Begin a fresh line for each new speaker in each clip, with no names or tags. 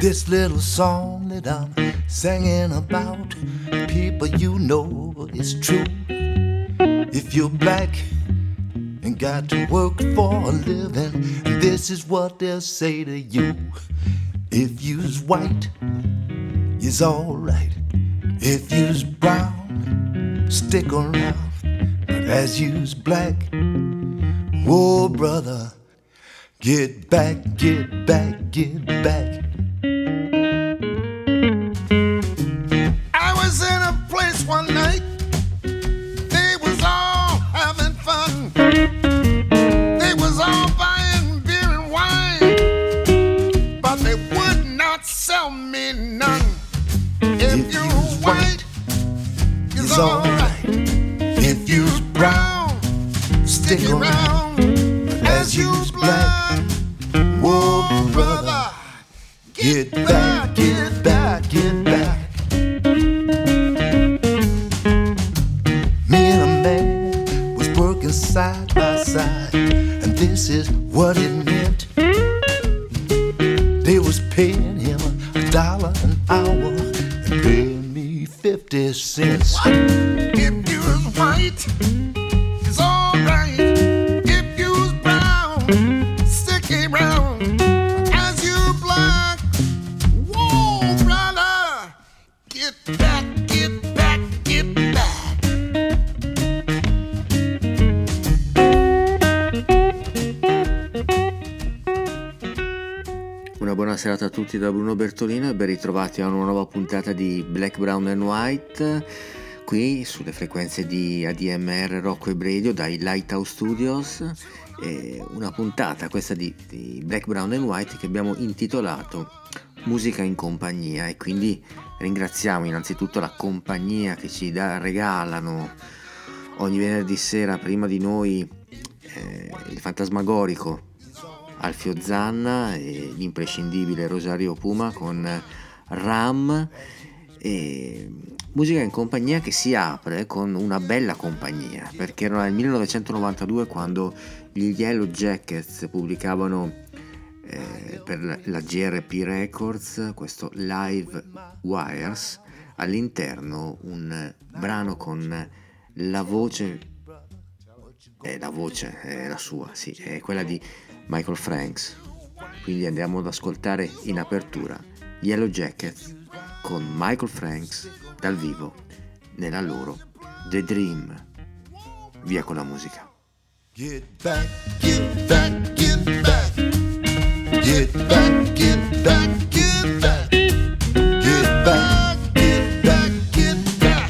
This little song that I'm singing about, people, you know it's true. If you're black and got to work for a living, this is what they'll say to you. If you's white, you's alright. If you's brown, stick around. But as you's black, whoa brother, get back, get back, get back. I was in a place one night, they was all having fun. They was all buying beer and wine, but they would not sell me none. If you're white, it's alright. If you's brown, stick around. As you's black, whoa brother, get back, get back, get back. Me and a man was working side by side, and this is what it meant. They was paying him $1 an hour and paying me 50 cents. What? If you was white, it's alright. If you was brown, stick around. As you black, whoa brother, get back, get back, get back.
Una buona serata a tutti da Bruno Bertolino e ben ritrovati a una nuova puntata di Black, Brown and White qui sulle frequenze di ADMR Rock Web Radio dai Lighthouse Studios. Una puntata questa di Black, Brown and White che abbiamo intitolato Musica in compagnia, e quindi ringraziamo innanzitutto la compagnia che ci regalano ogni venerdì sera prima di noi il fantasmagorico Alfio Zanna e l'imprescindibile Rosario Puma con Ram, e musica in compagnia che si apre con una bella compagnia, perché era nel 1992 quando gli Yellow Jackets pubblicavano per la GRP Records questo Live Wires, all'interno un brano con la voce è la sua, sì, è quella di Michael Franks. Quindi andiamo ad ascoltare in apertura Yellow Jackets con Michael Franks dal vivo nella loro The Dream. Via con la musica.
Get back, get back, get back. Get back, get back, get back. Get back, get back, get back.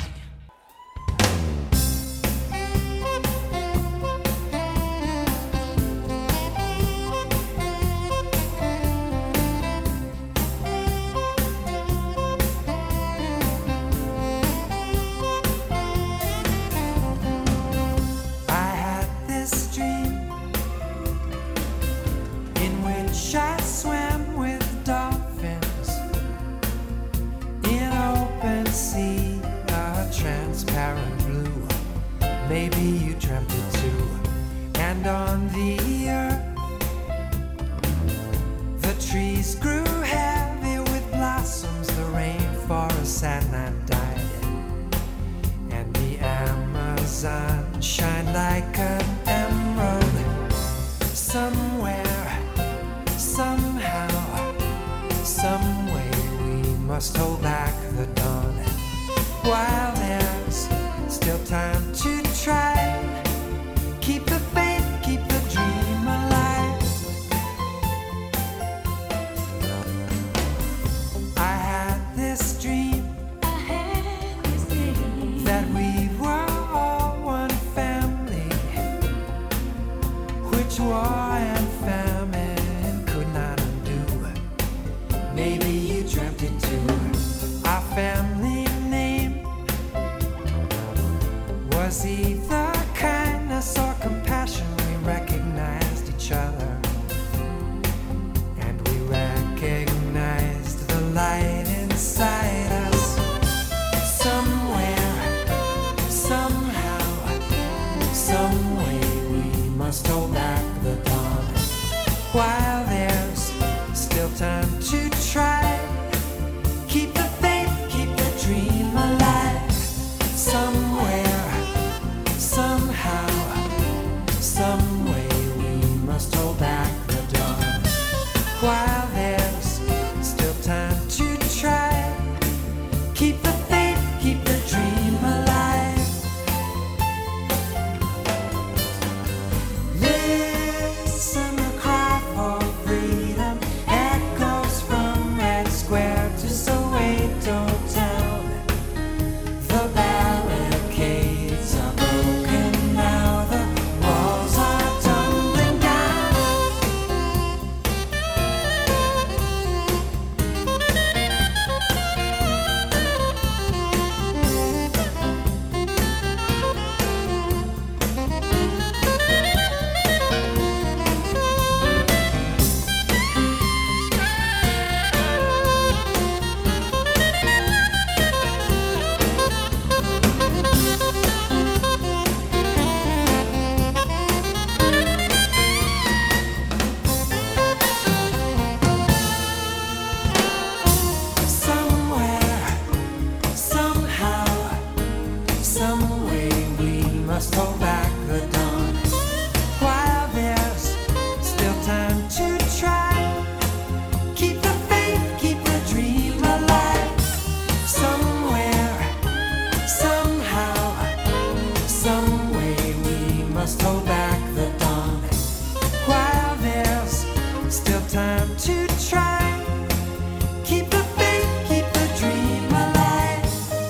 I swam with dolphins in open sea, a transparent blue. Maybe you dreamt it too. And on the earth, the trees grew heavy with blossoms. The rainforest sandland died, and the Amazon shined like an emerald. Somewhere, somehow, some way we must hold back the dawn while there's still time to try. Keep the faith, keep the dream alive. I had this dream that we were all one family, which war and famine could not undo. Maybe you dreamt it too. Our family name was either kindness or compassion. We recognized each other, and we recognized the light inside us. Somewhere, somehow, some way we must hold back the dawn while there's still time to try. must hold back the dawn while there's still time to try. Keep the faith, keep the dream alive. Somewhere, somehow, some way we must hold back the dawn while there's still time to try. Keep the faith, keep the dream alive.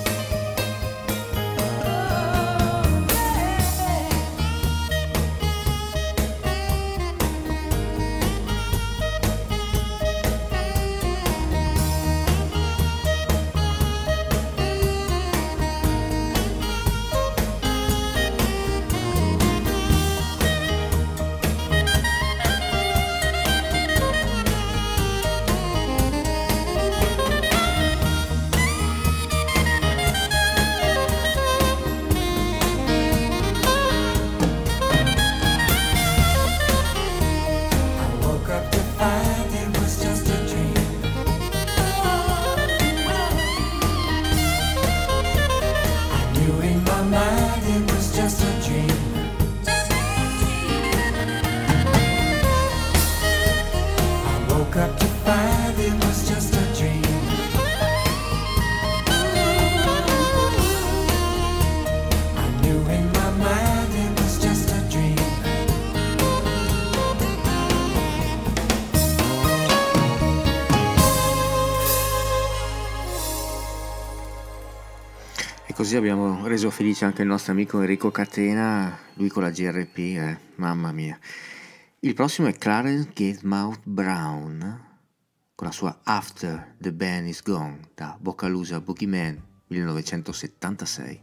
Così abbiamo reso felice anche il nostro amico Enrico Catena, lui con la GRP, mamma mia. Il prossimo è Clarence Gatemouth Brown con la sua After the Band is Gone da Boccaloosa Boogeyman 1976.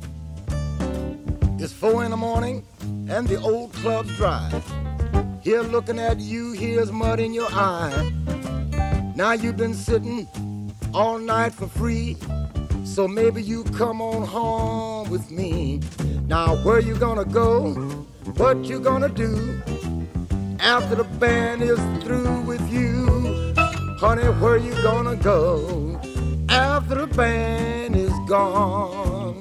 It's 4 in the morning and the old club's dry. Here looking at you, here's mud in your eye. Now you've been sitting all night for free. So maybe you come on home with me. Now where you gonna go? What you gonna do? After the band is through with you. Honey, where you gonna go? After the band is gone.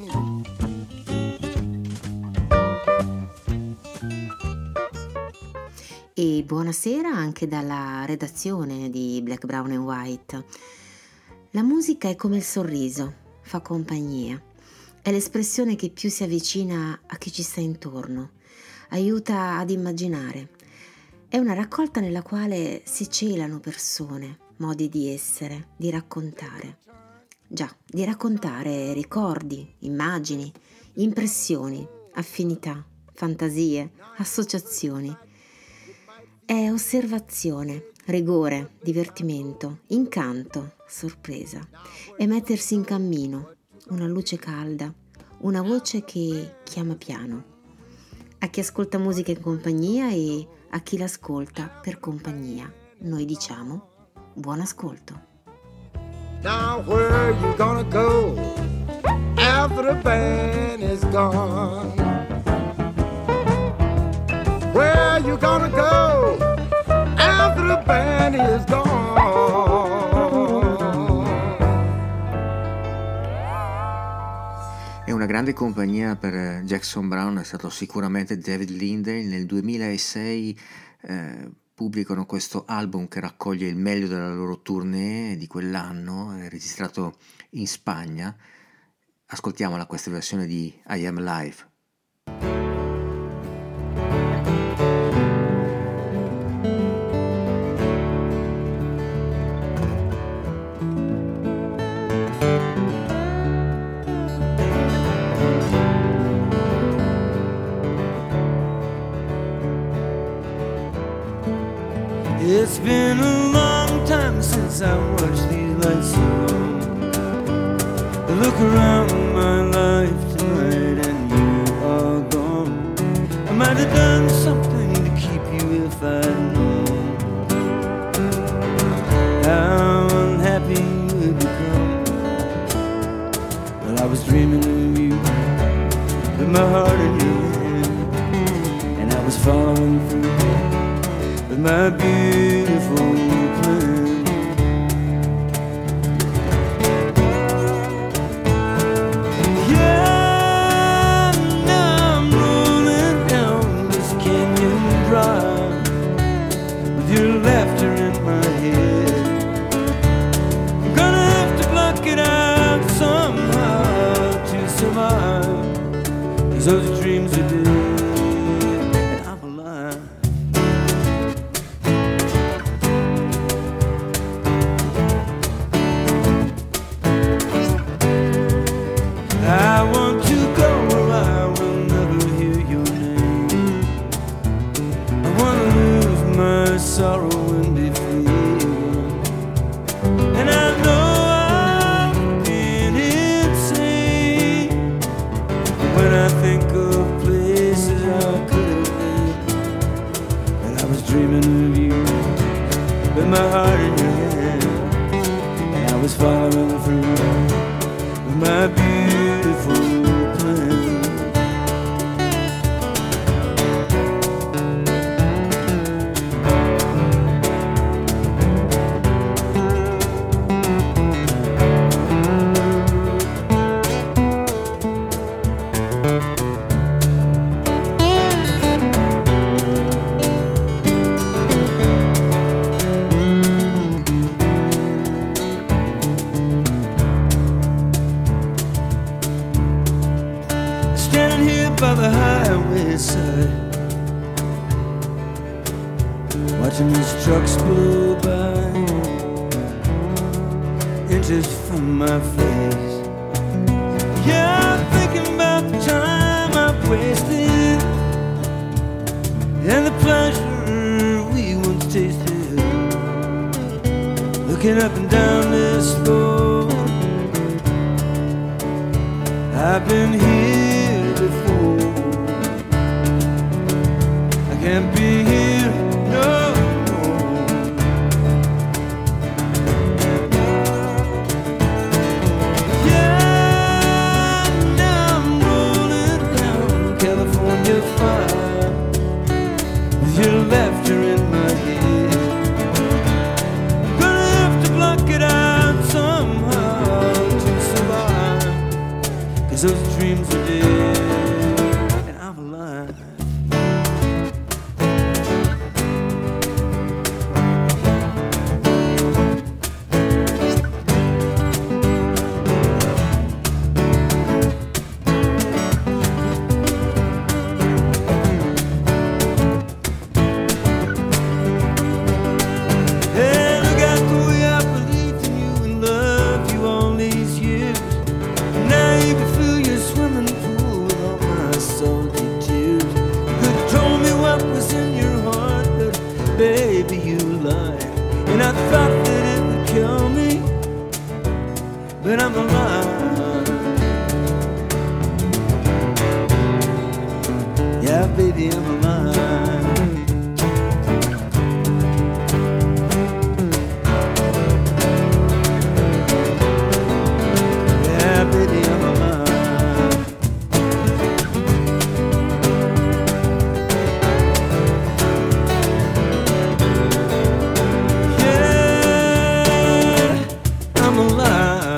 E buonasera anche dalla redazione di Black, Brown and White. La musica è come il sorriso. Fa compagnia, è l'espressione che più si avvicina a chi ci sta intorno, aiuta ad immaginare. È una raccolta nella quale si celano persone, modi di essere, di raccontare. Già, di raccontare ricordi, immagini, impressioni, affinità, fantasie, associazioni. È osservazione, rigore, divertimento, incanto, sorpresa. È mettersi in cammino, una luce calda, una voce che chiama piano. A chi ascolta musica in compagnia e a chi l'ascolta per compagnia, noi diciamo buon ascolto.
Now where you gonna go after the band is gone? Where you gonna go after the band is gone?
E una grande compagnia per Jackson Browne è stato sicuramente David Lindley. Nel 2006 pubblicano questo album che raccoglie il meglio della loro tournée di quell'anno, registrato in Spagna. Ascoltiamola questa versione di I Am Alive.
It's been a long time since I watched these lights so long. I look around my life tonight and you are gone. I might have done something to keep you if I'd known how unhappy you would become. Well, I was dreaming of you with my heart in your hand, and I was following through with my beautiful plan. Yeah, now I'm side, watching these trucks blow by, inches from my face. Yeah, I'm thinking about the time I've wasted and the pleasure we once tasted, looking up and down this road. I've been here before, I can't be here no more. Yeah, now I'm rolling down California fire with your laughter in my head. Gonna have to block it out somehow to survive, 'cause those dreams are dead and I'm alive. Hey, look out the way I believed in you and loved you all these years. Now you can fill your swimming pool with all my salty tears. You could have told me what was in your heart, but baby, you lied. And I thought that it would kill me, but I'm alive. Yeah, baby, I'm alive. Yeah, baby, I'm alive. Yeah, I'm alive.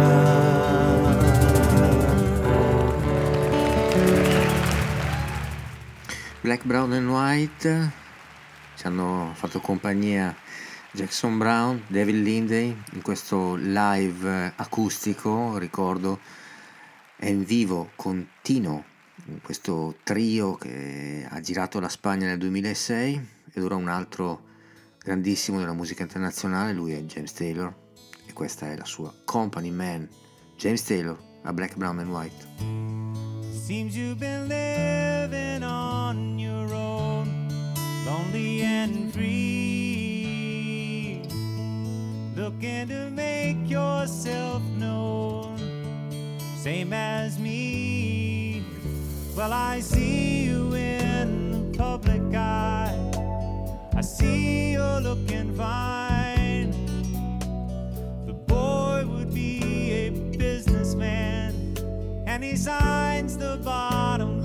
Black, Brown and White ci hanno fatto compagnia Jackson Browne, David Lindley in questo live acustico, ricordo, è in vivo con Tino, in questo trio che ha girato la Spagna nel 2006 ed ora un altro grandissimo della musica internazionale, lui è James Taylor e questa è la sua Company Man. James Taylor a Black, Brown and White.
Seems you've been living on your own, lonely and free, looking to make yourself known, same as me. Well, I see you in the public eye, I see you're looking fine. The boy would be a businessman, and he signs the bottom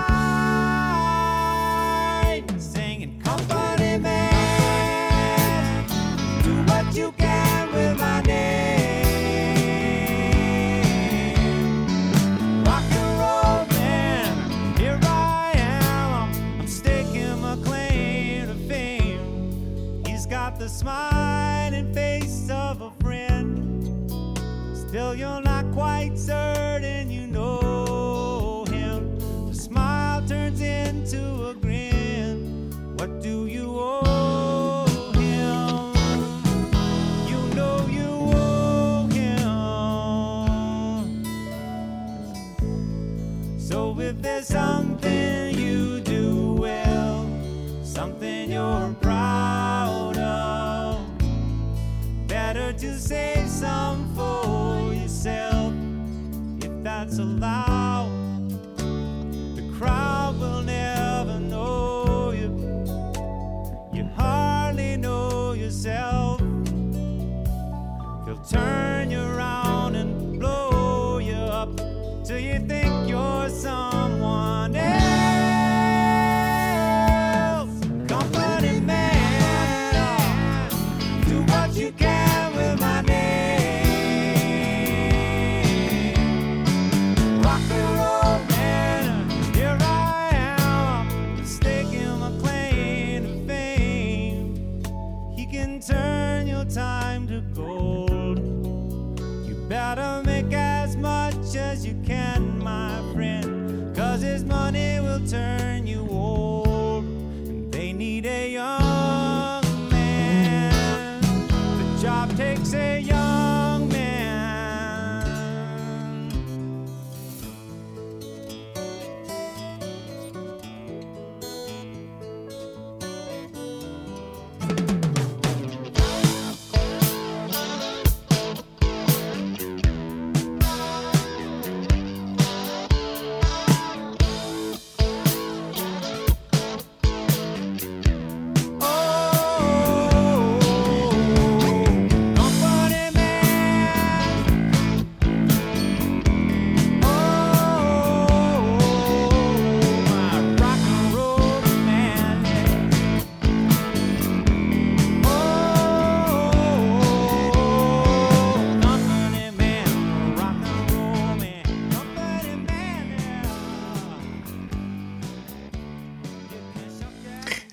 line, singing company man, do what you can with my name. Rock and roll man, here I am, I'm staking my claim to fame. He's got the smiling face of a friend, still you're not quite certain you know him. The smile turns into a grin. What do you owe him? You know you owe him. So if there's something you do well, something you're proud of, better to save some for yourself, if that's allowed. The crowd will never know you, you hardly know yourself. They'll turn you around and blow you up till you think you're someone else. Company man, do what you can with my name. Rock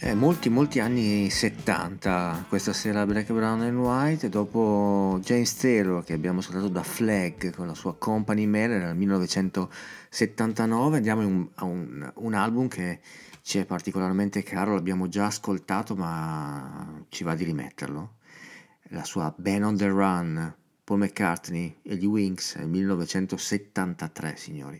Molti anni 70, questa sera Black, Brown and White. Dopo James Taylor, che abbiamo ascoltato da Flag con la sua Company Man nel 1979, andiamo a un album che ci è particolarmente caro, l'abbiamo già ascoltato ma ci va di rimetterlo, la sua Band on the Run, Paul McCartney e gli Wings, nel 1973, signori.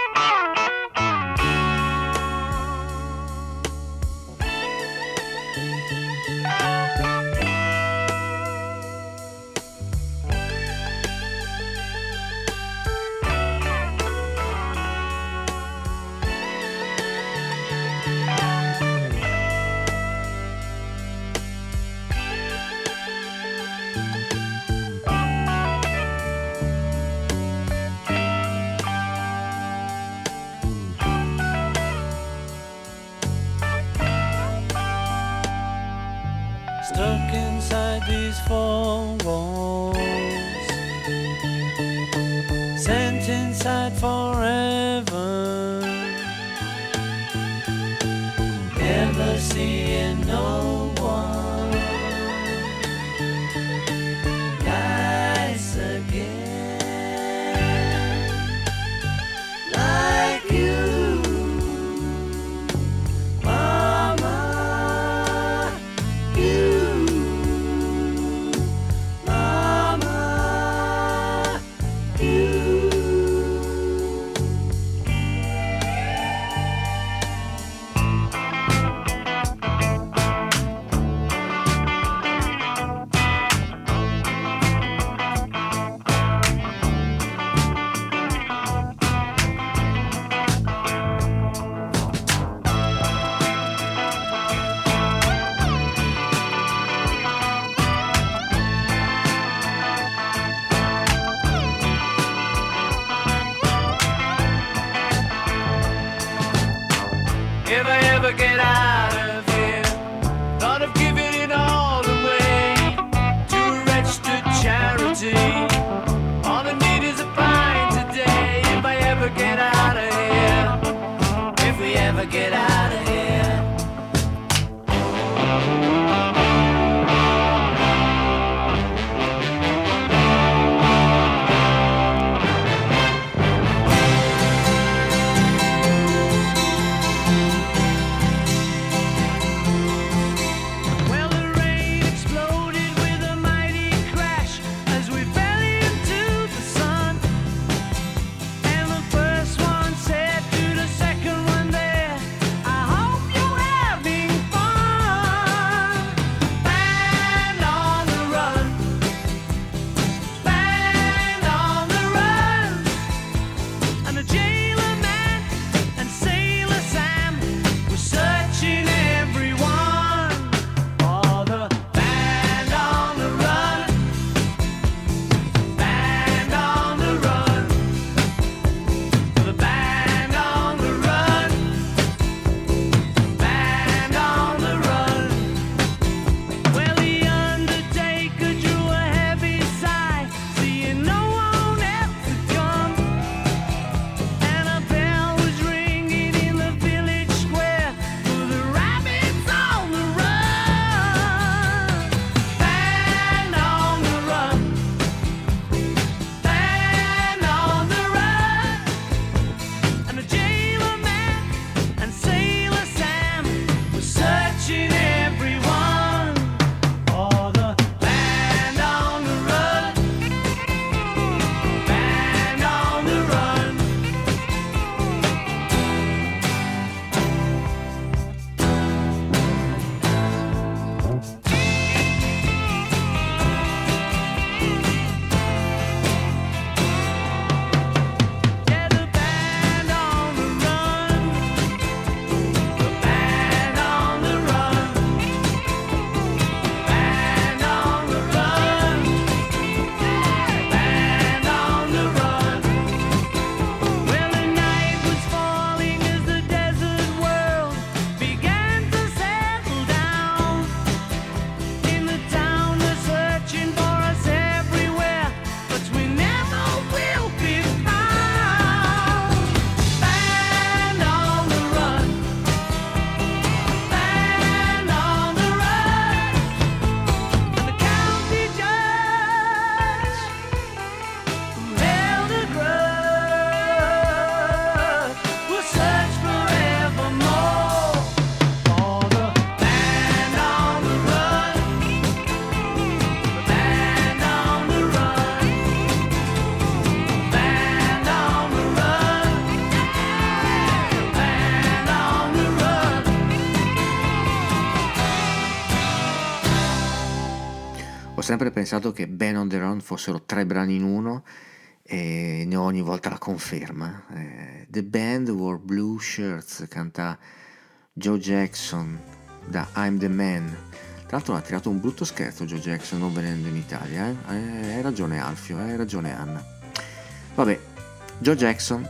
Stuck inside these four walls, sent inside forever, never seeing no one nice again like you, Mama. You, Mama, you. If I ever get out of here, thought of giving it all away to a registered charity. All I need is a pint today. If I ever get out of here, if we ever get out of here. Well, the rain exploded with a mighty crash as we fell into the sun. And the first one said to the second one there, I
sempre pensato che Band on the Run fossero 3 brani in uno e ne ho ogni volta la conferma. The Band Wore Blue Shirts, canta Joe Jackson da I'm the Man. Tra l'altro ha tirato un brutto scherzo Joe Jackson non venendo in Italia, hai ragione Alfio, hai ragione Anna. Vabbè, Joe Jackson.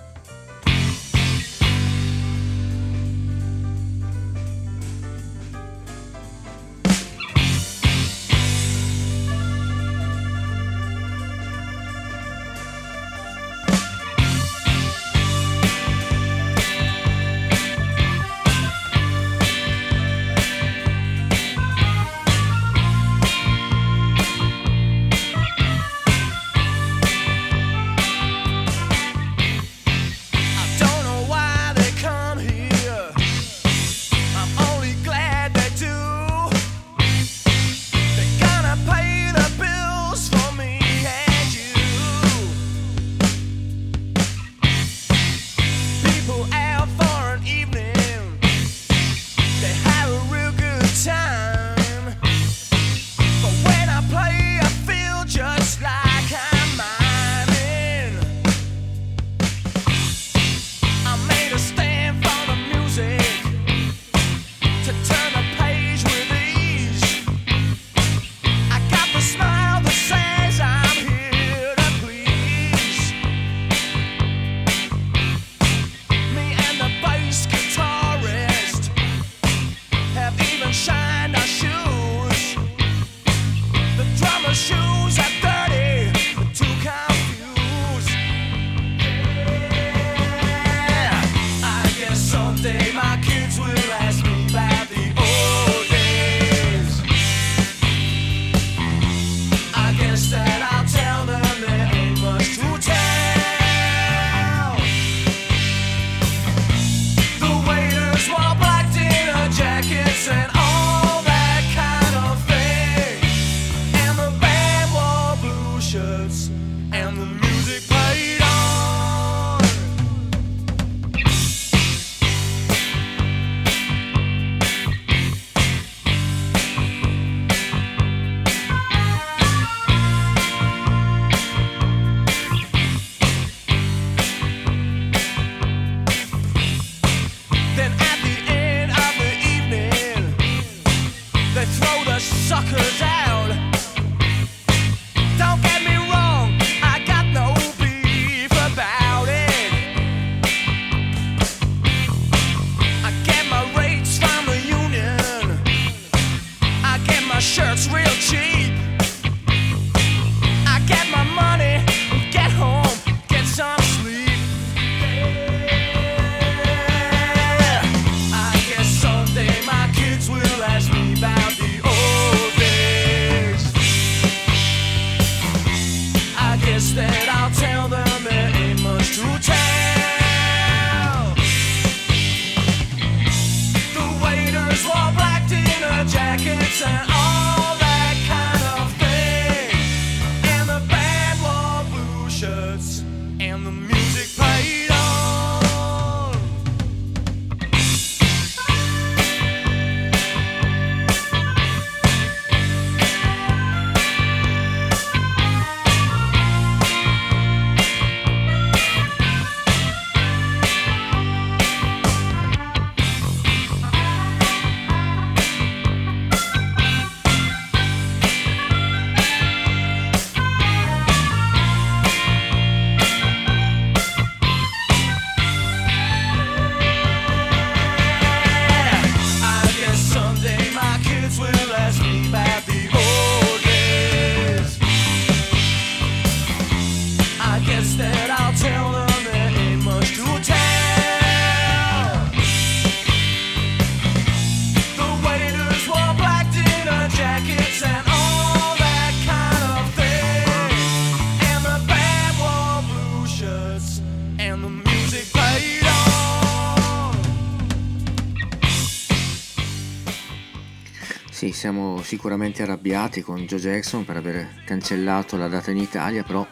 Sì, siamo sicuramente arrabbiati con Joe Jackson per aver cancellato la data in Italia, però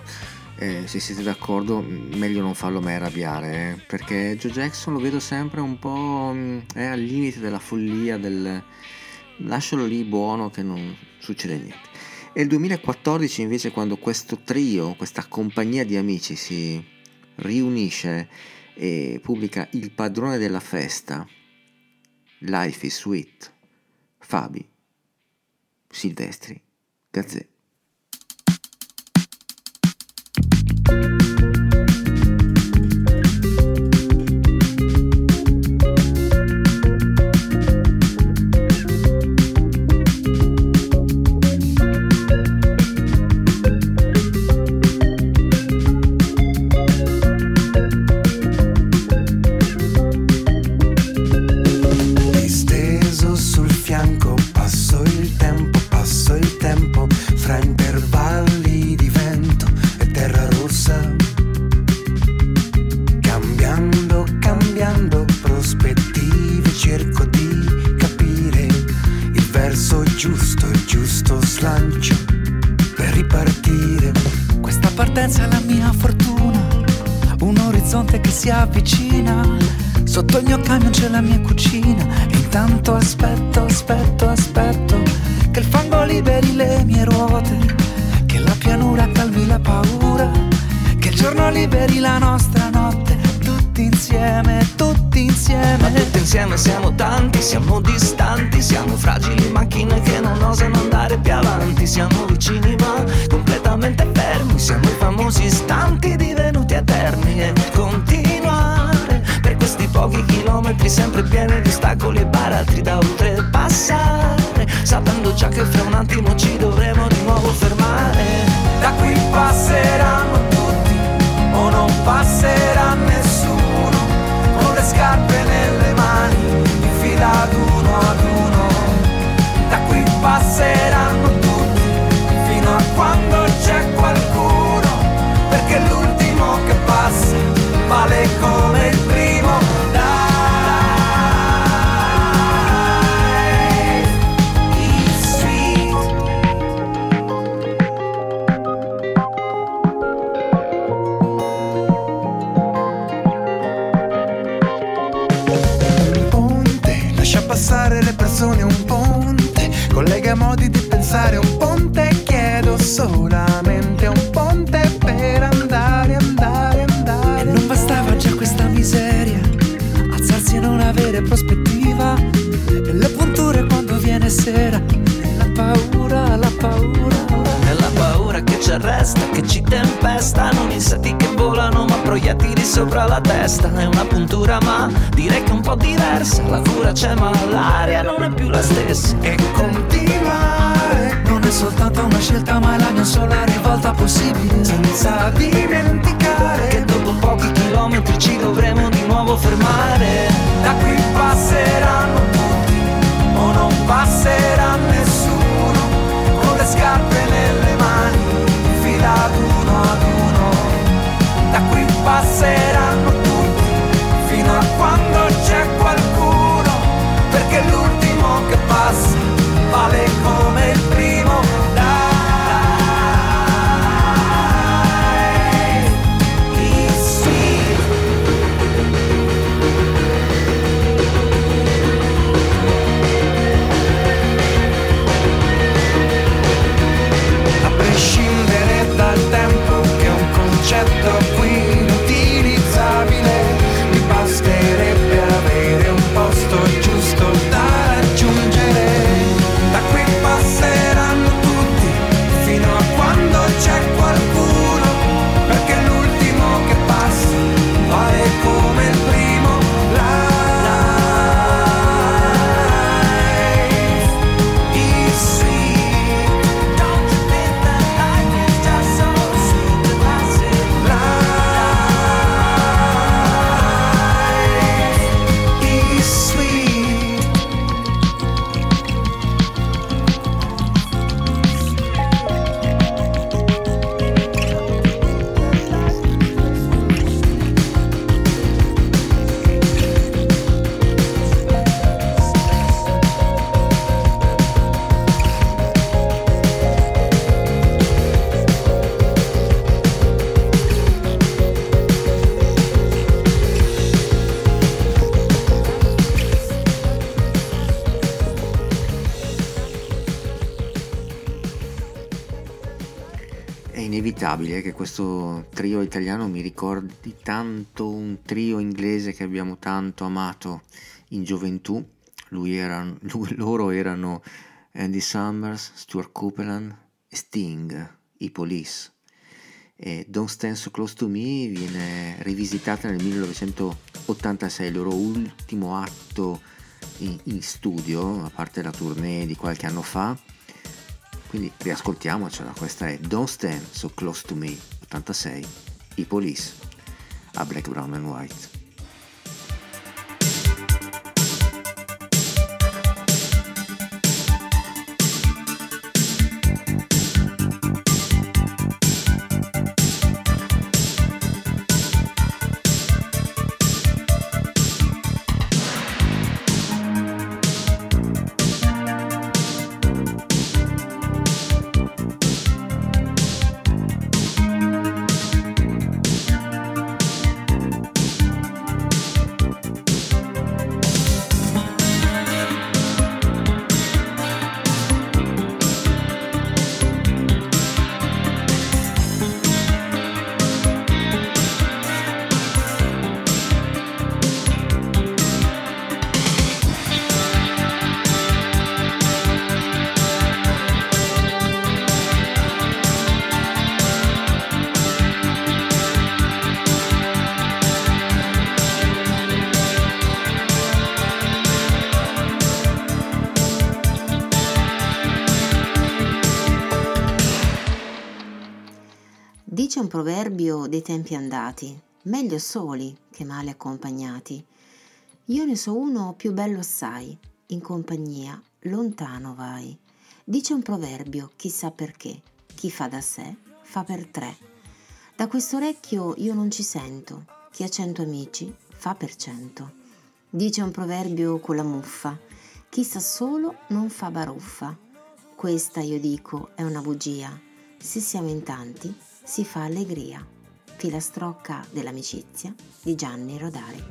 se siete d'accordo meglio non farlo mai arrabbiare, perché Joe Jackson lo vedo sempre un po' al limite della follia, lascialo lì buono che non succede niente. È il 2014 invece quando questo trio, questa compagnia di amici si riunisce e pubblica Il padrone della festa, Life is Sweet, Fabi, Silvestri, Gazzè.
Si avvicina, sotto il mio camion c'è la mia cucina e intanto aspetto che il fango liberi le mie ruote, che la pianura calmi la paura, che il giorno liberi la nostra notte, tutti insieme. Ma tutti insieme siamo tanti, siamo distanti, siamo fragili macchine che non osano andare più avanti, siamo vicini ma completamente fermi, siamo i famosi istanti divenuti eterni e continuare per questi pochi chilometri sempre pieni di ostacoli e baratri da oltrepassare, sapendo già che fra un attimo ci dovremo di nuovo fermare. Da qui passeranno tutti o non passerà nessuno, con le scarpe nelle mani, in fila ad uno. Da qui passeranno tutti, fino a quando c'è qualcuno, perché l'ultimo che passa vale come il primo. Life is sweet.
Un ponte lascia passare le persone, un ponte collega modi di pensare, un ponte chiedo solamente un ponte per andare.
E non bastava già questa miseria, alzarsi e non avere prospettiva, e le punture quando viene sera, e la paura.
È la paura che ci arresta, che ci tempesta, non insetti che volano ma proiettili sopra la testa. È una puntura ma direi che un po' diversa, la cura c'è ma l'aria non è più la stessa.
E continuare
Non è soltanto una scelta ma è la mia sola rivolta possibile,
senza dimenticare
che dopo pochi chilometri ci dovremo di nuovo fermare.
da qui passeranno tutti o non passerà nessuno, con le scarpe nelle mani, in fila ad uno. Da qui passeranno tutti, fino a quando c'è qualcuno, perché l'ultimo che passa vale come il primo. Life is sweet.
inevitabile che questo trio italiano mi ricordi tanto un trio inglese che abbiamo tanto amato in gioventù. Loro erano Andy Summers, Stuart Copeland e Sting, i Police. E Don't Stand So Close To Me viene rivisitata nel 1986, il loro ultimo atto in studio, a parte la tournée di qualche anno fa. Quindi riascoltiamocela, questa è Don't Stand So Close To Me, 86, i Police, a Black, Brown and White.
Dice un proverbio dei tempi andati, meglio soli che male accompagnati. Io ne so uno più bello assai, in compagnia lontano vai. Dice un proverbio, chissà perché, chi fa da sé fa per tre. Da questo orecchio io non ci sento, chi ha 100 amici fa per 100. Dice un proverbio con la muffa, chi sta solo non fa baruffa. Questa io dico è una bugia, se siamo in tanti si fa allegria. Filastrocca dell'amicizia di Gianni Rodari.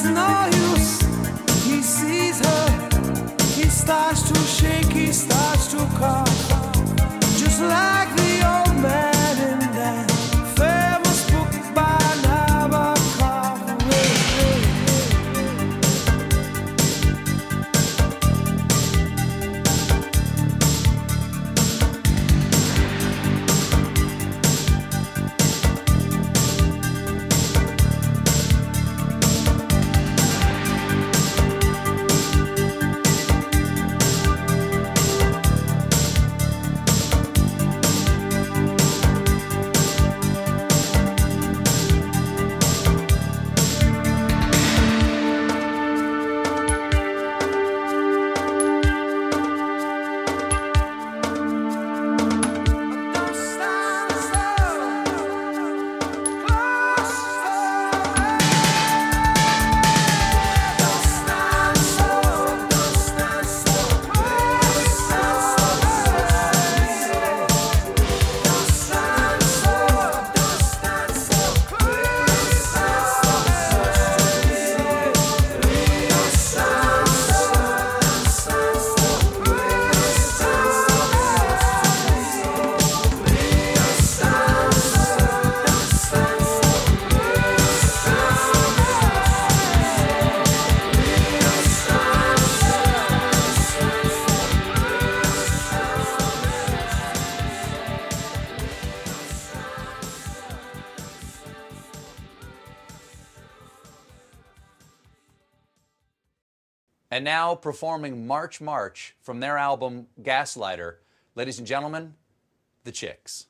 Starts to shake, he starts to
muscle car, just like the old man in that famous book by Nabokov.
And now performing March March from their album Gaslighter, ladies and gentlemen, The Chicks.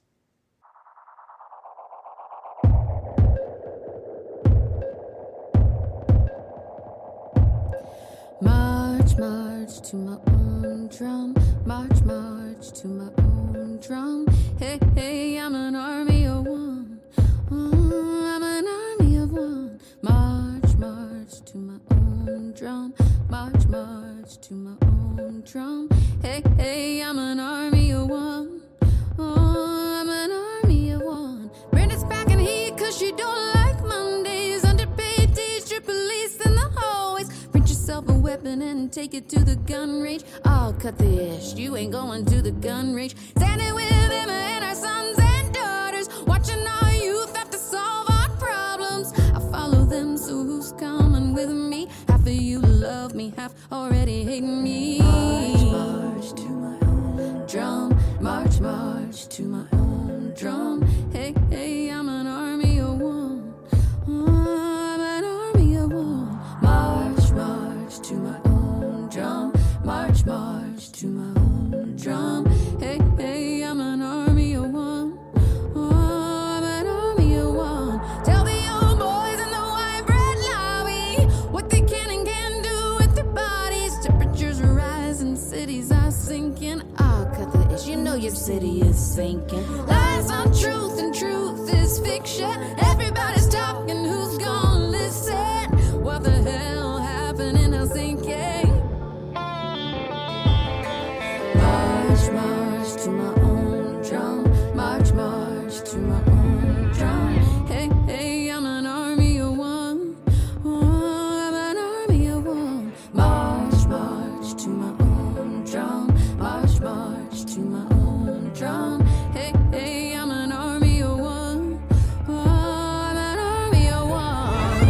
March, march to my own drum. March, march to my own drum. Hey, hey, I'm an army of one. I'm an army of one. March, march to my own drum. March, march to my own drum. Hey, hey, I'm an army of one. I'm an army of one. Brenda's packing heat 'cause she don't like Mondays. Underpaid days, strip police in the hallways. Print yourself a weapon and take it to the gun range. I'll cut the ish, you ain't going to the gun range. Standing with them and our sons and daughters, watching our youth have to solve our problems. I follow them, so who's coming with me? Half of you love me, half already hate me. March, march to my own drum. March, march to my own drum. Hey, hey, I'm an army of one. I'm an army of one. March, march to my own drum. March, march to my own drum. Hey, hey, I'm an army of one. I'm an army of one. Tell the old boys in the white bread lobby what they can and can't do with their bodies. Temperatures are rising, cities are sinking. I'll cut the ish, you know your city is sinking. Lies are truth and truth is fiction. Everybody's talking, who's gonna listen? What the hell happened in Helsinki? March, march to my own drum. March, march to my own drum. Hey, hey, I'm an army of one. I'm an army of one. March, march to my own drum. March, march to my own drum. Hey, hey, I'm an army of one. I'm an army of one.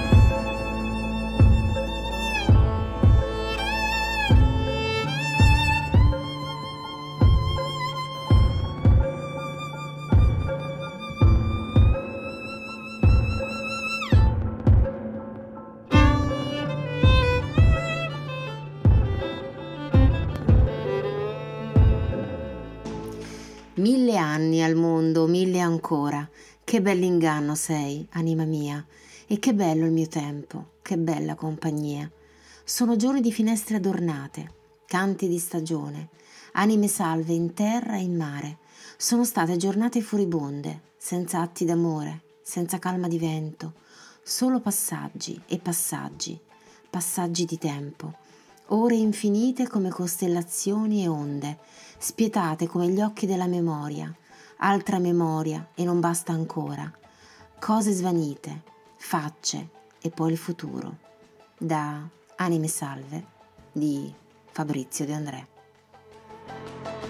Mille anni al mondo, mille ancora. Che bell'inganno sei, anima mia. E che bello il mio tempo, che bella compagnia. Sono giorni di finestre adornate, canti di stagione, anime salve in terra e in mare. Sono state giornate furibonde, senza atti d'amore, senza calma di vento, solo passaggi e passaggi, passaggi di tempo, ore infinite come costellazioni e onde, spietate come gli occhi della memoria, altra memoria e non basta ancora, cose svanite, facce e poi il futuro. Da Anime Salve di Fabrizio De André.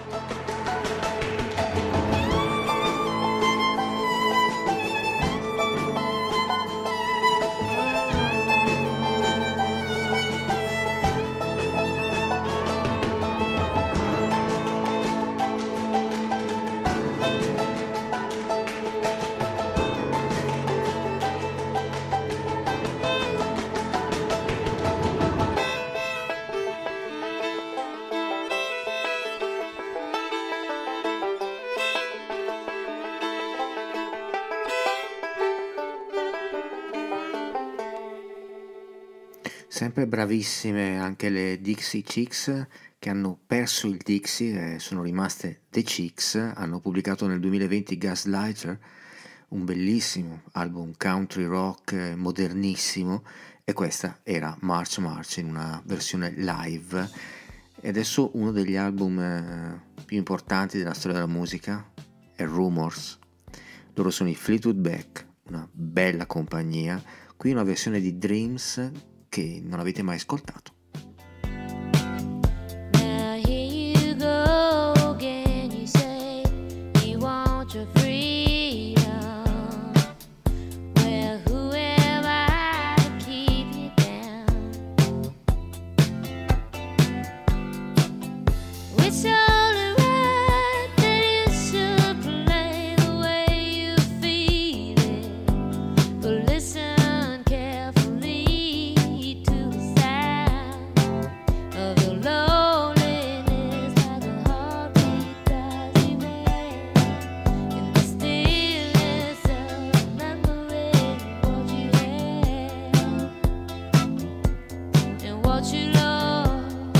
Sempre bravissime anche le Dixie Chicks, che hanno perso il Dixie e sono rimaste The Chicks. Hanno pubblicato nel 2020 Gaslighter, un bellissimo album country rock modernissimo, e questa era March March in una versione live. E adesso uno degli album più importanti della storia della musica è Rumors. Loro sono i Fleetwood Mac, una bella compagnia. Qui una versione di Dreams che non avete mai ascoltato.
Now here you go again. You say you want your freedom. Well, who am I to keep you down? It's only right that you should play the way you feel it. But listen carefully to the sound of your loneliness, like a heartbeat drives you mad. In the stillness of remembering what you had and what you lost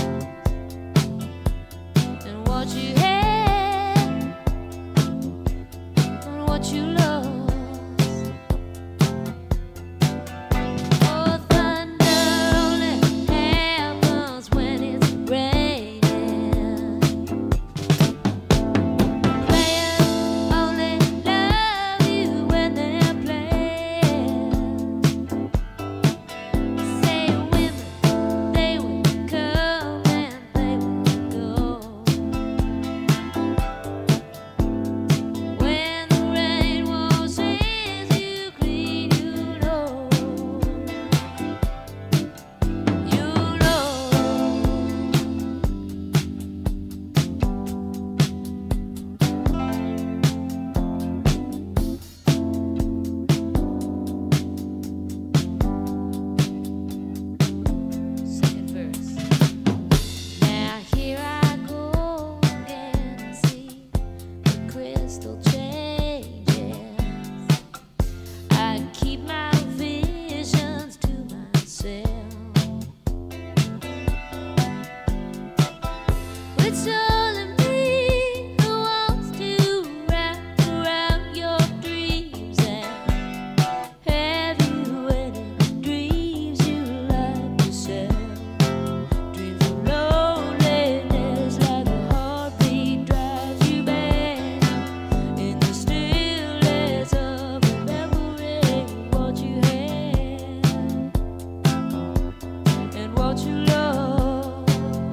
and what you had and what you lost. Oh, thunder only happens when it's raining. Players only love you when they're playing. Say women, they will come and they will go. When the rain washes you clean, you know. You know. Second verse. Now here I go again. I see the crystal changes. I keep my visions to myself. It's only me who wants to wrap around your dreams and have you any dreams you like yourself. Dreams of loneliness, like a heartbeat drives you mad. In the stillness of remembering what you had and what you lost,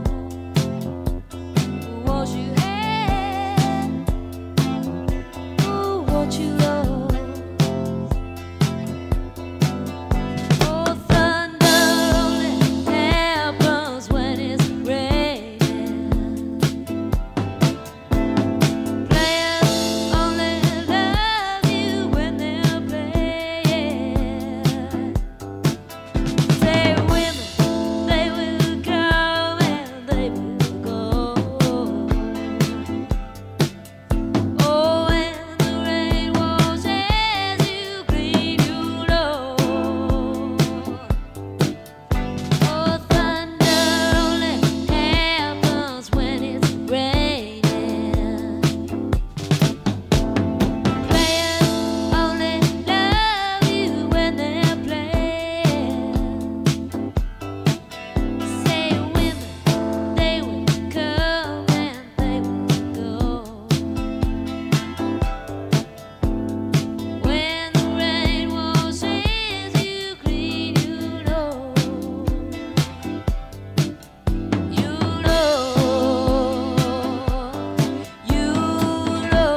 what you had, ooh, what you lost. Oh, thunder only happens when it's raining. Players only love you when they're playing. Say women, they will come and they will go. Oh, when the rain washes you clean, you know. Oh, thunder only happens when it's raining. Players only love you when they're playing. Say women, they will come and they will go. When the rain washes you clean, you know. You know. You know.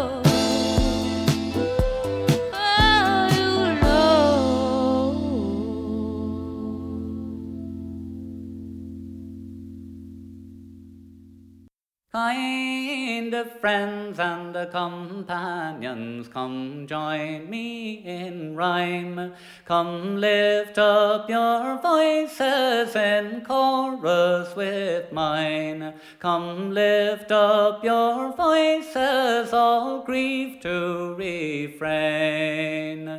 Oh, you know.
Kind of friends and companions, come join me in rhyme. Come lift up your voices in chorus with mine. Come lift up your voices, all grief to refrain.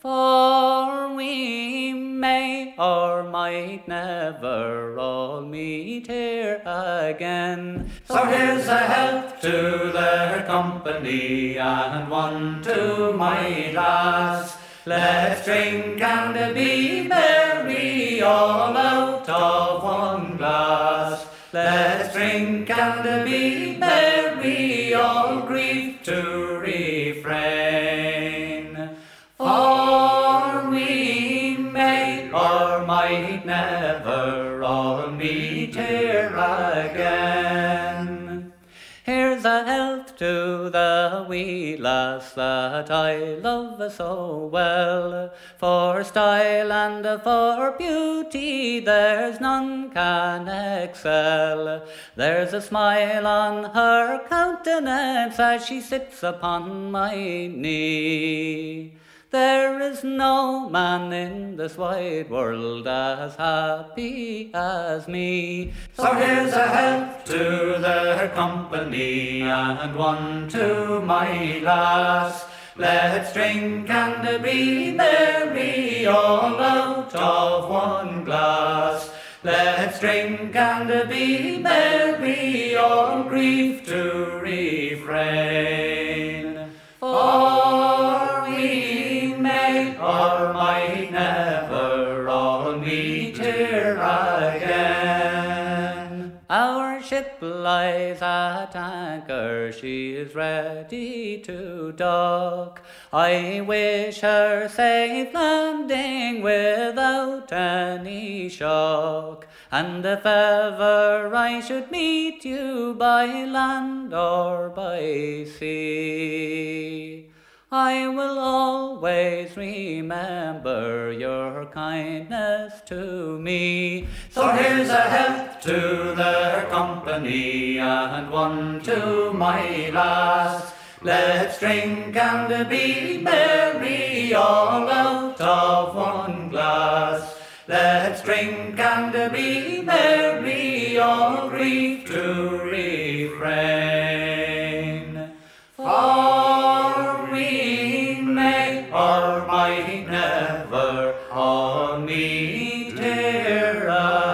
For we may or might never all meet here again. So here's a health to their company, and one to my lass. Let's drink and be merry, all out of one glass. Let's drink and be merry, all grief to refrain. For we may or might never all meet here again. Here's a health to the wee lass that I love so well. For style and for beauty there's none can excel. There's a smile on her countenance as she sits upon my knee. There is no man in this wide world as happy as me. So here's a health to their company, and one to my lass. Let's drink and be merry, all out of one glass. Let's drink and be merry, all grief to refrain. For we may or might never all meet here again. Our ship lies at anchor, she is ready to dock. I wish her safe landing without any shock. And if ever I should meet you by land or by sea, I will always remember your kindness to me. So here's a health to their company, and one to my lass. Let's drink and be merry, all out of one glass. Let's drink and be merry, all grief to refrain. For we may or might never all meet here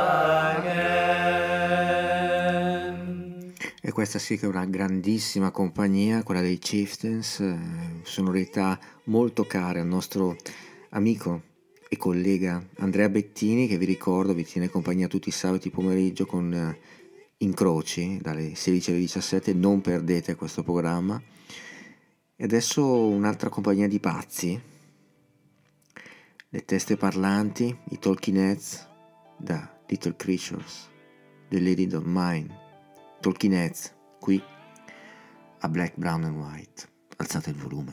again.
E questa sì che è una grandissima compagnia, quella dei Chieftains, sonorità molto care al nostro amico e collega Andrea Bettini, che vi ricordo vi tiene compagnia tutti i sabati pomeriggio con Incroci dalle 16 alle 17, non perdete questo programma. E adesso un'altra compagnia di pazzi, le teste parlanti, i Talking Heads da Little Creatures, The Lady Don't Mind. Talking Heads qui a Black, Brown and White. Alzate il volume.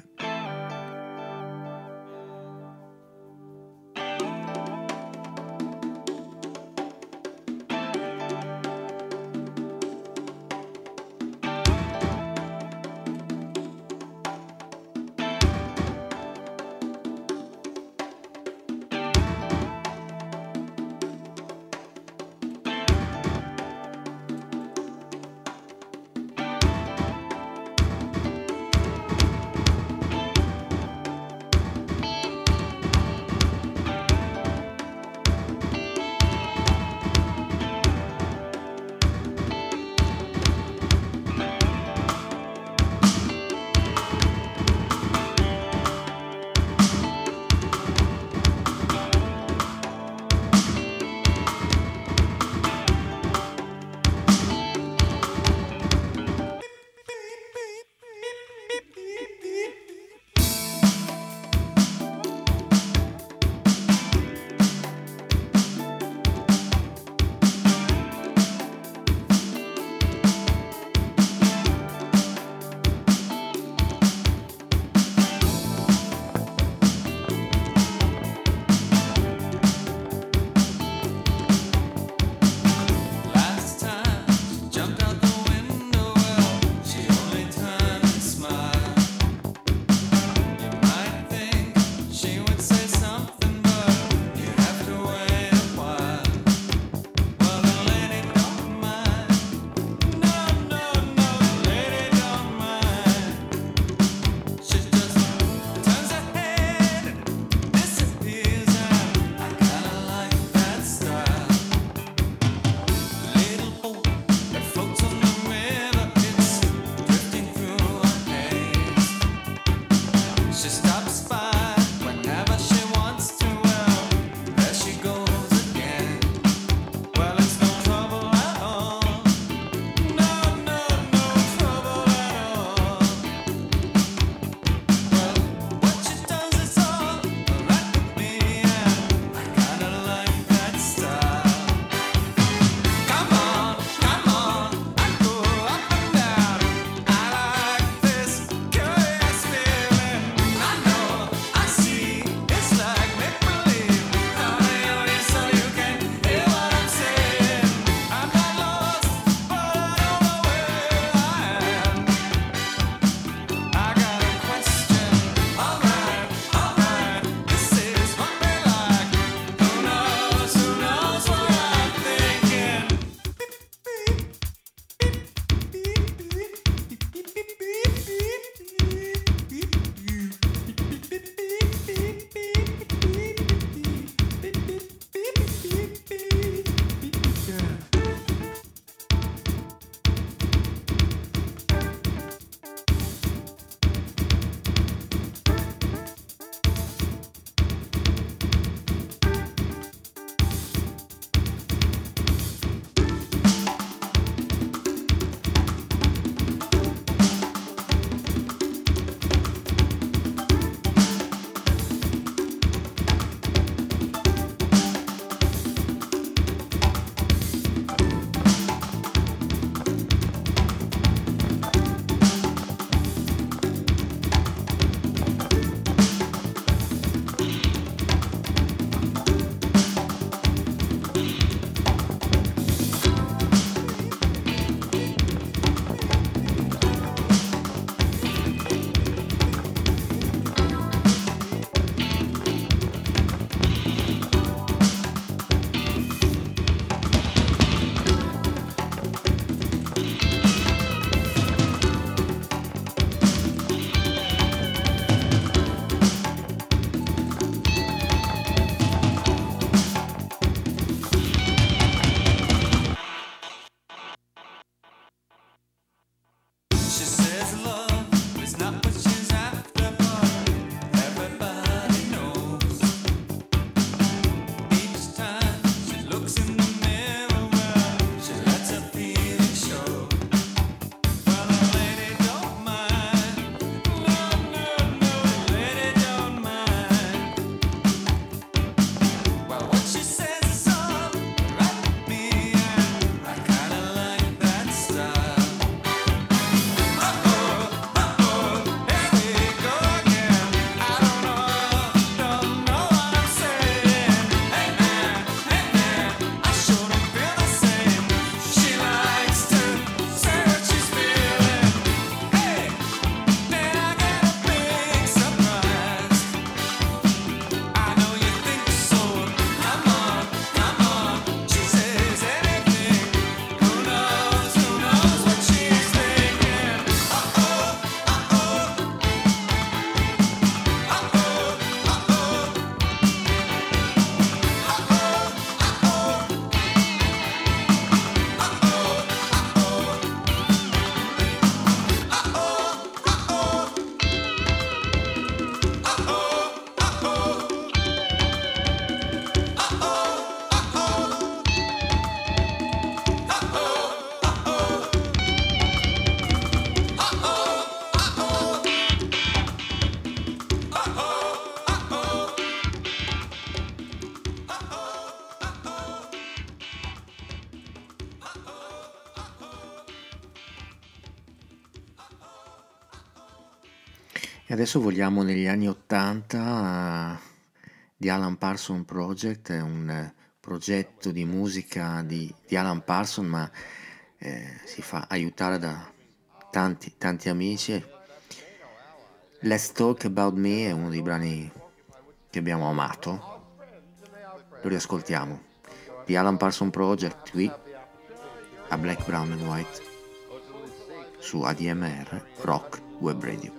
E adesso vogliamo negli anni 80 di Alan Parsons Project, è un progetto di musica di Alan Parsons, ma si fa aiutare da tanti amici. Let's Talk About Me è uno dei brani che abbiamo amato, lo riascoltiamo, di Alan Parsons Project qui a Black, Brown and White su ADMR Rock Web Radio.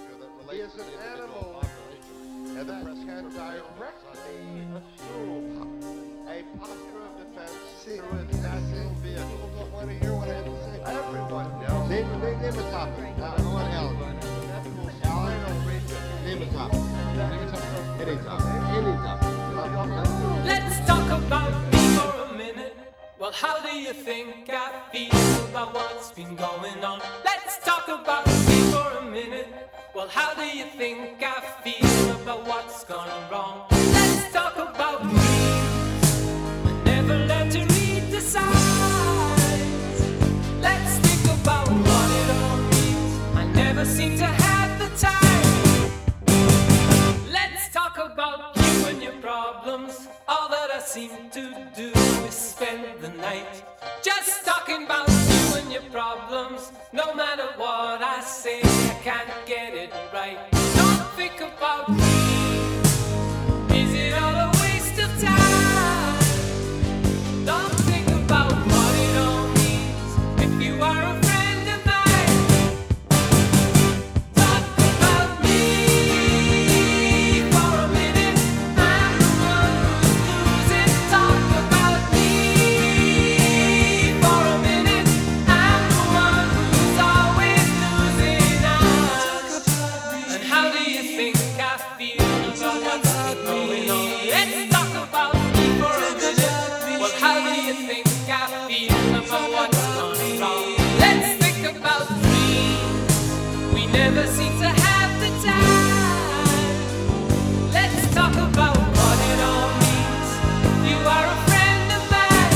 Let's talk about me for a minute. Well, how do you think I feel about what's been going on? Let's talk about me for a minute. Well, how do you think I feel about what's gone wrong? Let's talk about me. I never learned to read the signs. Let's think about what it all means. I never seem to have the time. Let's talk about you and your problems. All that I seem to do is spend the night just talking about you and your problems. No matter what I say, I can't get it right. Don't think about me. Is it all a waste of time? Don't think about what it all means. If you are a friend of mine, talk about me for a minute. I'm the one who's losing. Talk about me for a minute. I'm the one who's always losing out. And how do you think I feel about what's going on? Let's talk about me for a minute. Well, how do you think I feel about what's gone wrong? Let's think about dreams. We never seem to have the time. Let's talk about what it all means. You are a friend of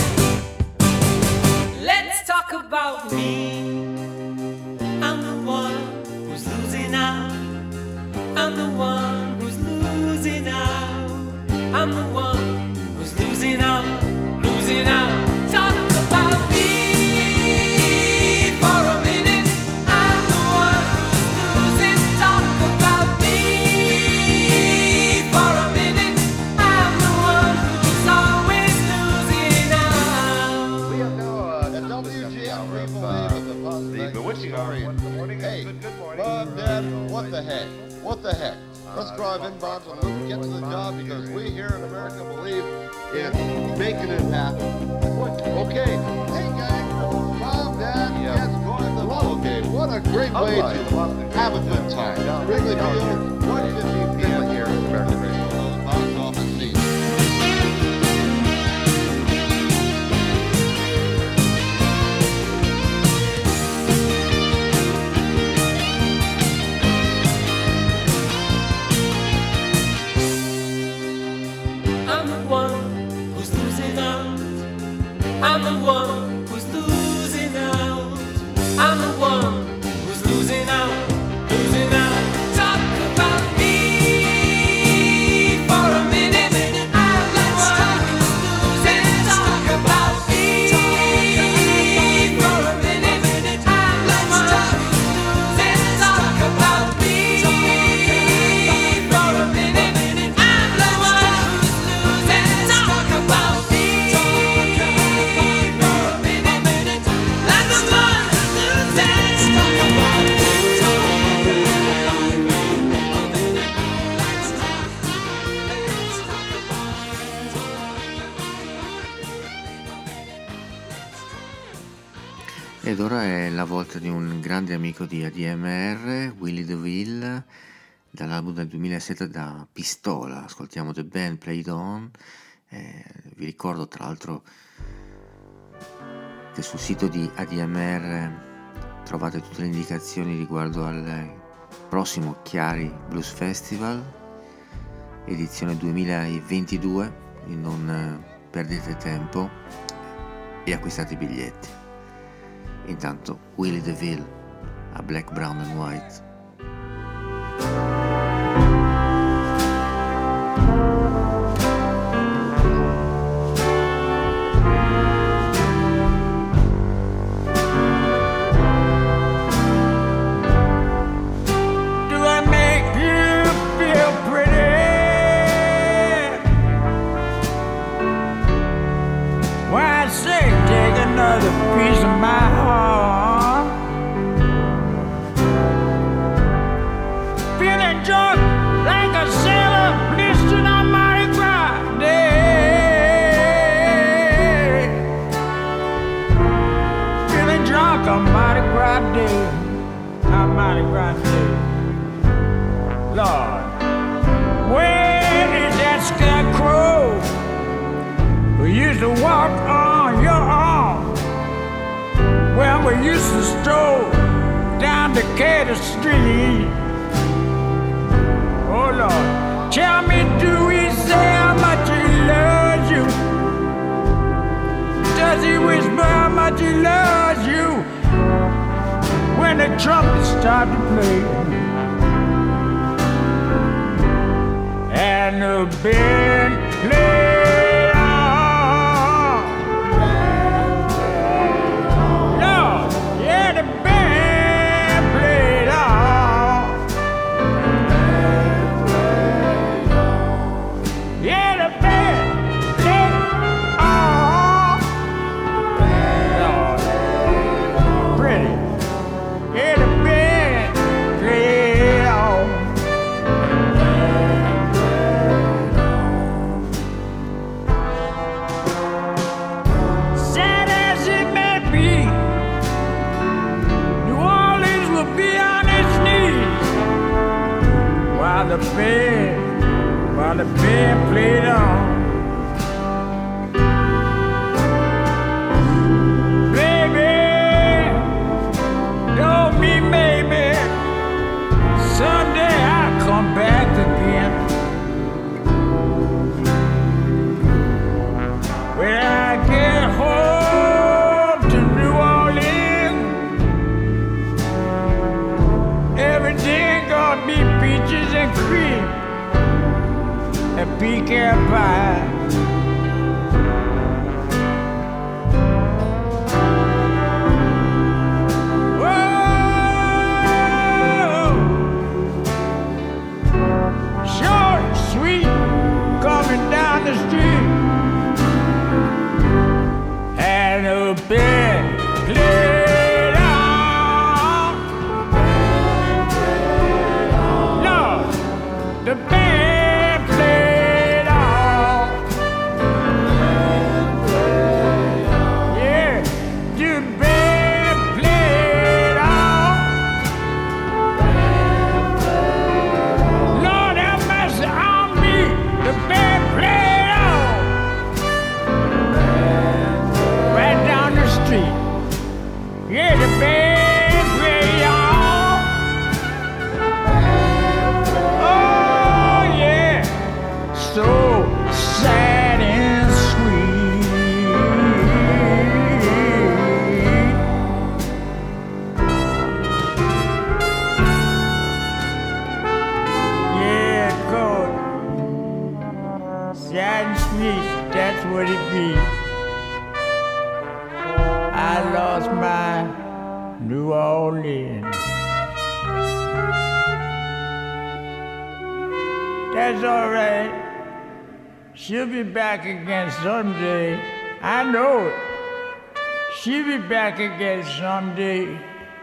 mine. Let's talk about me. I'm the one who's losing out. I'm the one who's losing out. I'm the one who's losing out, losing out. Talk about me for a minute. I'm the one who's losing. Talk about me for a minute. I'm the one who's always losing out.
We have now at WGN the bewitching Orient. Hey, Mom, Dad, what the heck? What the heck? Let's drive inbound so we can get to the job because we here in America believe in making it happen. Okay. Hey, guys. Mom, Dad, yes, going to the ball game. What a great way to have a good time. Wrigley Field, 1:50 p.m. here in American Radio. Box office seats.
I'm the one who's losing out. I'm the one who's losing out. I'm the one who's losing out, losing out. Talk about me for a minute. I'm the one who's losing. Talk about me for a minute. I'm the one who's losing. Talk about me for a minute. I'm the one who's losing. Talk about me for a minute. I'm the one who's losing. Talk about me.
Ed ora è la volta di un grande amico di ADMR, Willie DeVille, dall'album del 2007 da Pistola. Ascoltiamo The Band Played On. Vi ricordo tra l'altro che sul sito di ADMR trovate tutte le indicazioni riguardo al prossimo Chiari Blues Festival, edizione 2022, quindi non perdete tempo e acquistate i biglietti. Intanto Willie DeVille a Black, Brown and White.
the piece of my heart. Feeling drunk like a sailor blistered on Mardi Gras day. Feeling drunk on Mardi Gras day. On Mardi Gras day. Lord, where is that scarecrow who used to walk on your arm when we used to stroll down Decatur Street? Oh Lord, tell me, do he say how much he loves you? Does he whisper how much he loves you when the trumpets start to play? And the band played on. Lord, yeah, the band played on. Yeah, the band played on. Lord, pretty. Yeah, the band played on. Sad as it may be, New Orleans will be on its knees while the band played on. Baby, don't be maybe, someday I'll come back again. When I get home to New Orleans, everything gonna be peaches and cream and pecan pie. Whoa, short and sweet coming down the street. And the band played on. Lord, the band played on. Yeah, the band played on. Lord have mercy on me. The band played on. Right down the street. Yeah, the band played on. Oh yeah, so sad and sweet. Yeah, good. Sad and sweet, that's what it be. I lost my New Orleans. That's all right. She'll be back again someday. I know it. She'll be back again someday.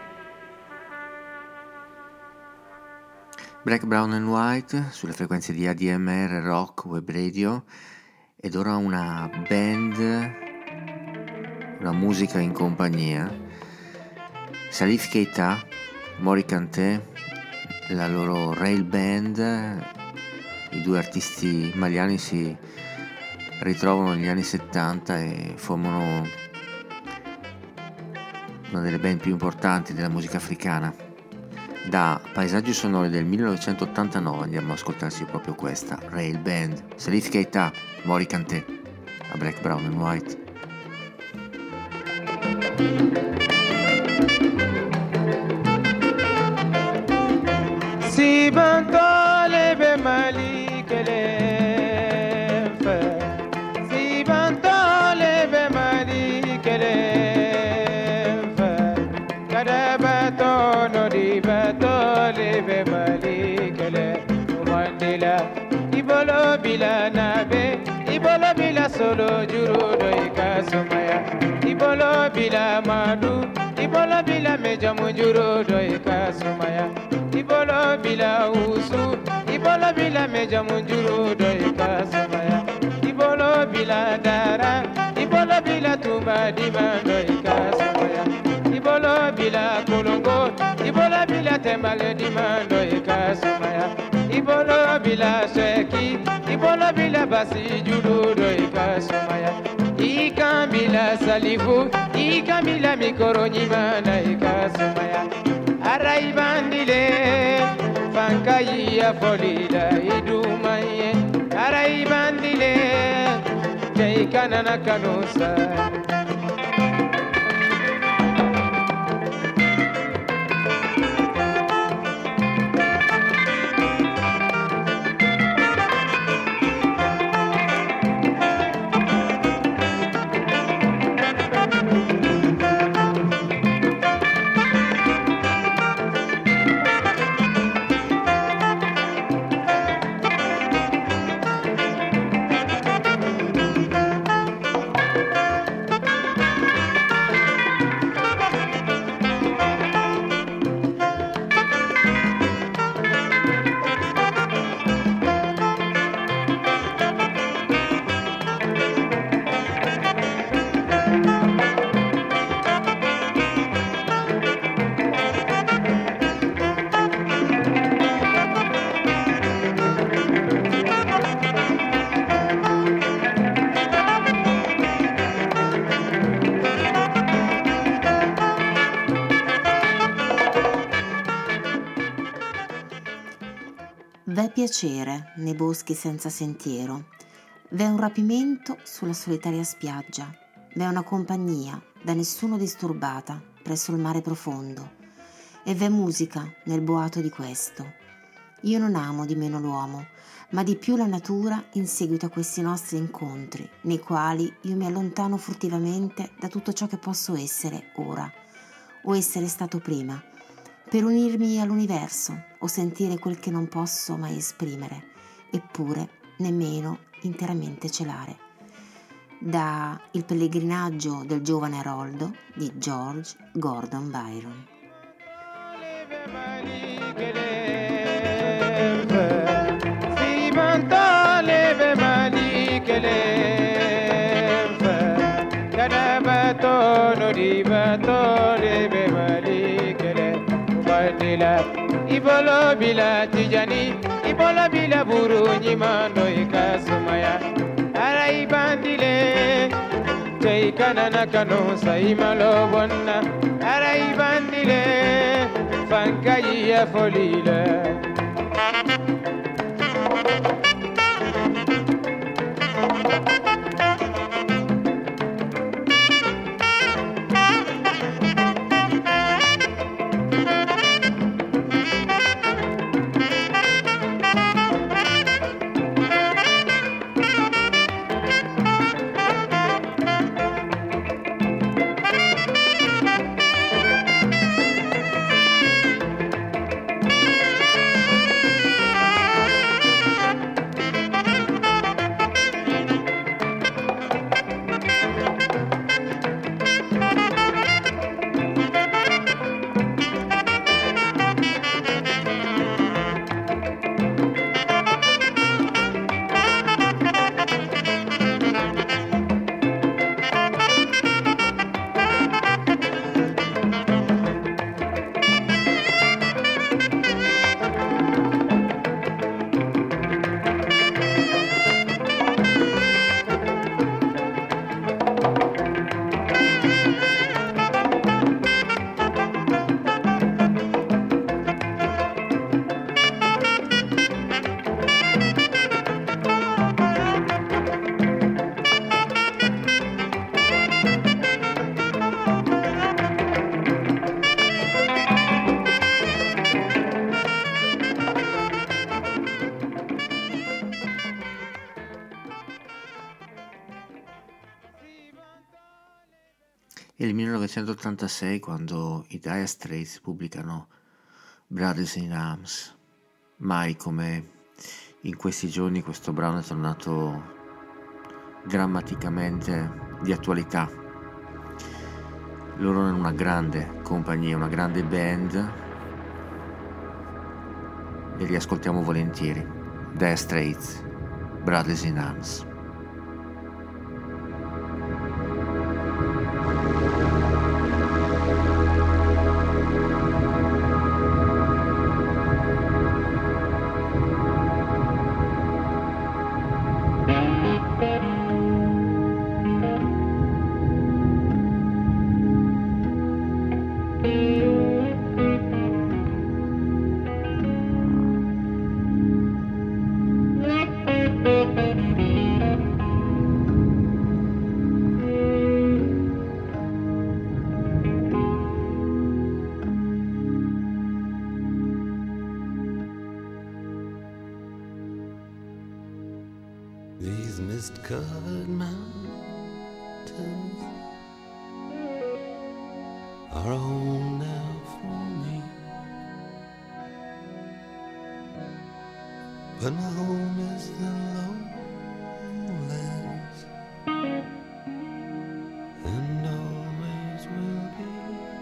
Black, Brown and White sulle frequenze di ADMR Rock Web Radio, ed ora una band, una musica in compagnia. Salif Keita, Mori Kanté, la loro Rail Band. I due artisti maliani si ritrovano negli anni 70 e formano una delle band più importanti della musica africana. Da Paesaggi sonori del 1989 andiamo ad ascoltarsi proprio questa Rail Band. Salif Keita, Mori Kanté, a Black, Brown and White.
Si bantole be mali kele fa, si bantole be mali kele fa, kada bato no di batole be mali kele, umandila ibolo bila nabe, ibolo bila solo juru do ikasumaya, ibolo bila madu ibolo bila meja munjuro do ikasumaya ibolo bila usu ibolo bila meja munjuro do ikasumaya ibolo bila dara ibolo bila tumba dimando ikasumaya ibolo bila kolongo ibolo bila tembale dimando ikasumaya ibolo bila seki ibolo bila basi judo do ikasumaya ikambila salifu ikambila mikoro nyimana ikasumaya araibandile fankayi ya folida idumaye araibandile jaikanana kanusa.
V'è piacere nei boschi senza sentiero, v'è un rapimento sulla solitaria spiaggia, v'è una compagnia da nessuno disturbata presso il mare profondo, e v'è musica nel boato di questo. Io non amo di meno l'uomo, ma di più la natura in seguito a questi nostri incontri, nei quali io mi allontano furtivamente da tutto ciò che posso essere ora, o essere stato prima, per unirmi all'universo o sentire quel che non posso mai esprimere, eppure nemmeno interamente celare. Da Il pellegrinaggio del giovane Aroldo di George Gordon Byron.
Ibolo bila tijani ibolo bila buru nyimando ikasumaya araibandile jaikanana kanu saimalo bonna araibandile fankayi ya folila.
È il 1986 quando i Dire Straits pubblicano Brothers in Arms. Mai come in questi giorni questo brano è tornato drammaticamente di attualità. Loro erano una grande compagnia, una grande band e li ascoltiamo volentieri. Dire Straits, Brothers in Arms.
These mist-covered mountains are a home now for me, but my home is the lowlands, and always will be.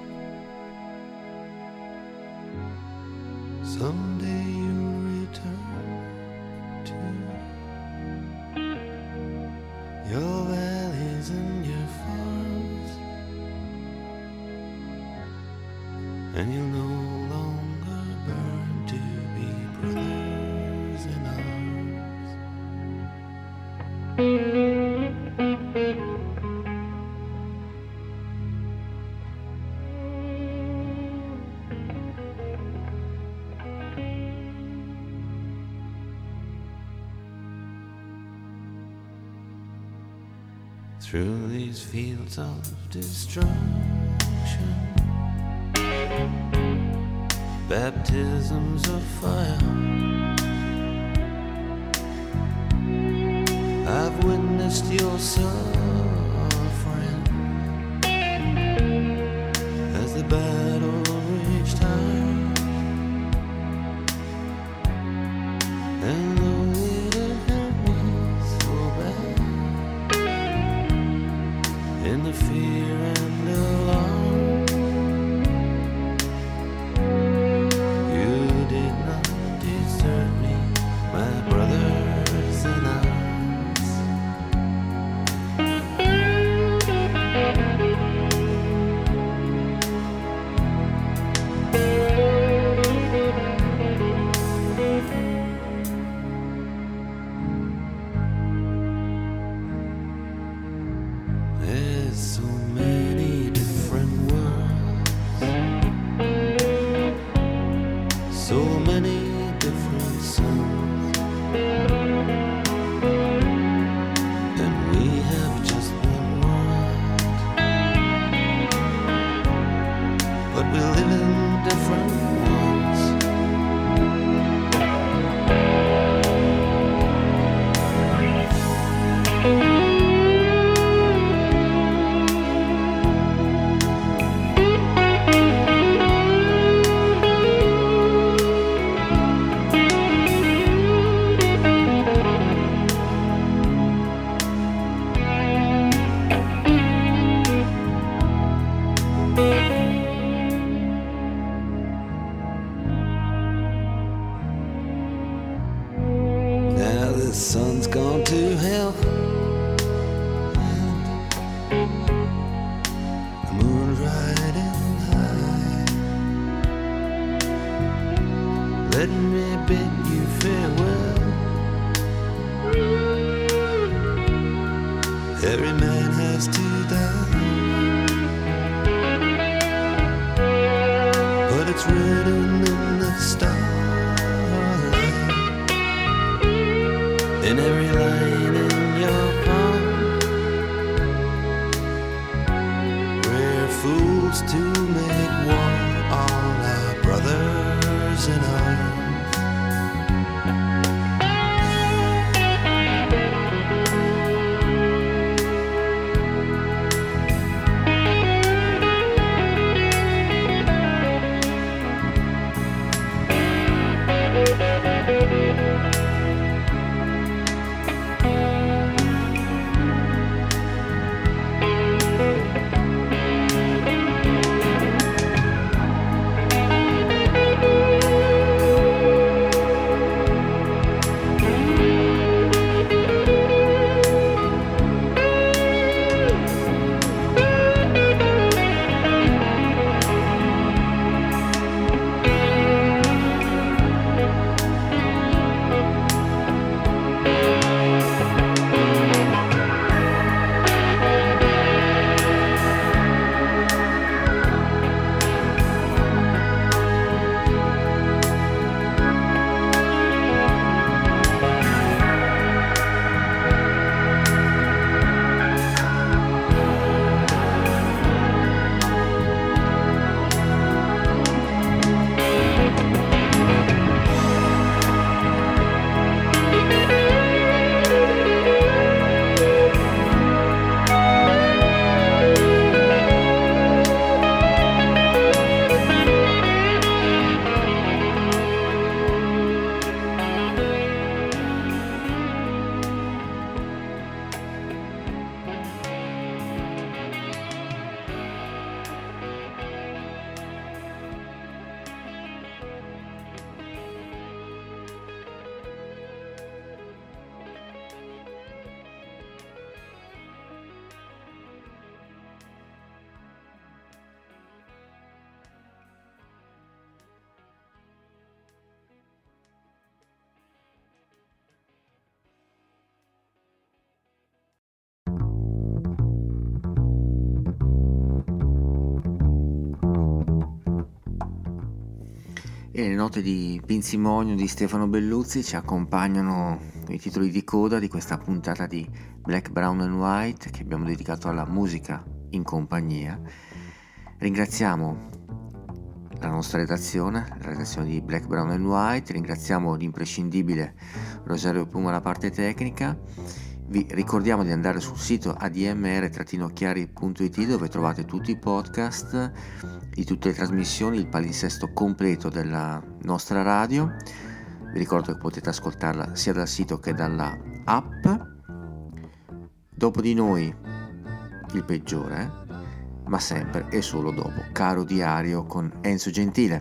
Someday you'll return to your valleys and your farms, and you'll no longer burn to be brothers in arms. Through these fields of destruction, baptisms of fire, I've witnessed your suffering as the battle reached high, and though it hurt me so bad, in the fear and alarm, you did not desert me, my brothers in arms. There's so many different worlds, so many different suns, and we have just one world, but we live in different ones. Now the sun's gone to hell, and the moon's riding high. Let me bid you farewell. Every man has to die, but it's written in the starlight, in every line in your palm. We're fools to make war on our brothers in arms.
e le note di Pinzimonio di Stefano Belluzzi ci accompagnano i titoli di coda di questa puntata di Black, Brown and White che abbiamo dedicato alla musica in compagnia. Ringraziamo la nostra redazione, la redazione di Black, Brown and White, ringraziamo l'imprescindibile Rosario Puma alla parte tecnica. Vi ricordiamo di andare sul sito admr-chiari.it dove trovate tutti i podcast di tutte le trasmissioni, il palinsesto completo della nostra radio. Vi ricordo che potete ascoltarla sia dal sito che dalla app. Dopo di noi il peggiore, ma sempre e solo dopo Caro Diario con Enzo Gentile.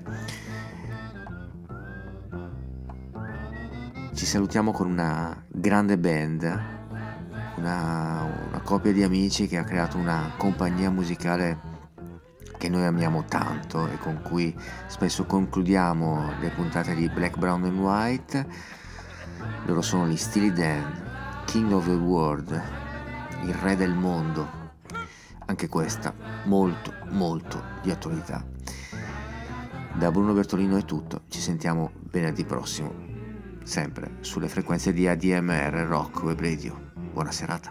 Ci salutiamo con una grande band, una coppia di amici che ha creato una compagnia musicale che noi amiamo tanto e con cui spesso concludiamo le puntate di Black, Brown and White. Loro sono gli Steely Dan, King of the World, il re del mondo. Anche questa molto molto di attualità. Da Bruno Bertolino è tutto, ci sentiamo venerdì prossimo, sempre sulle frequenze di ADMR Rock Web Radio. Buona serata.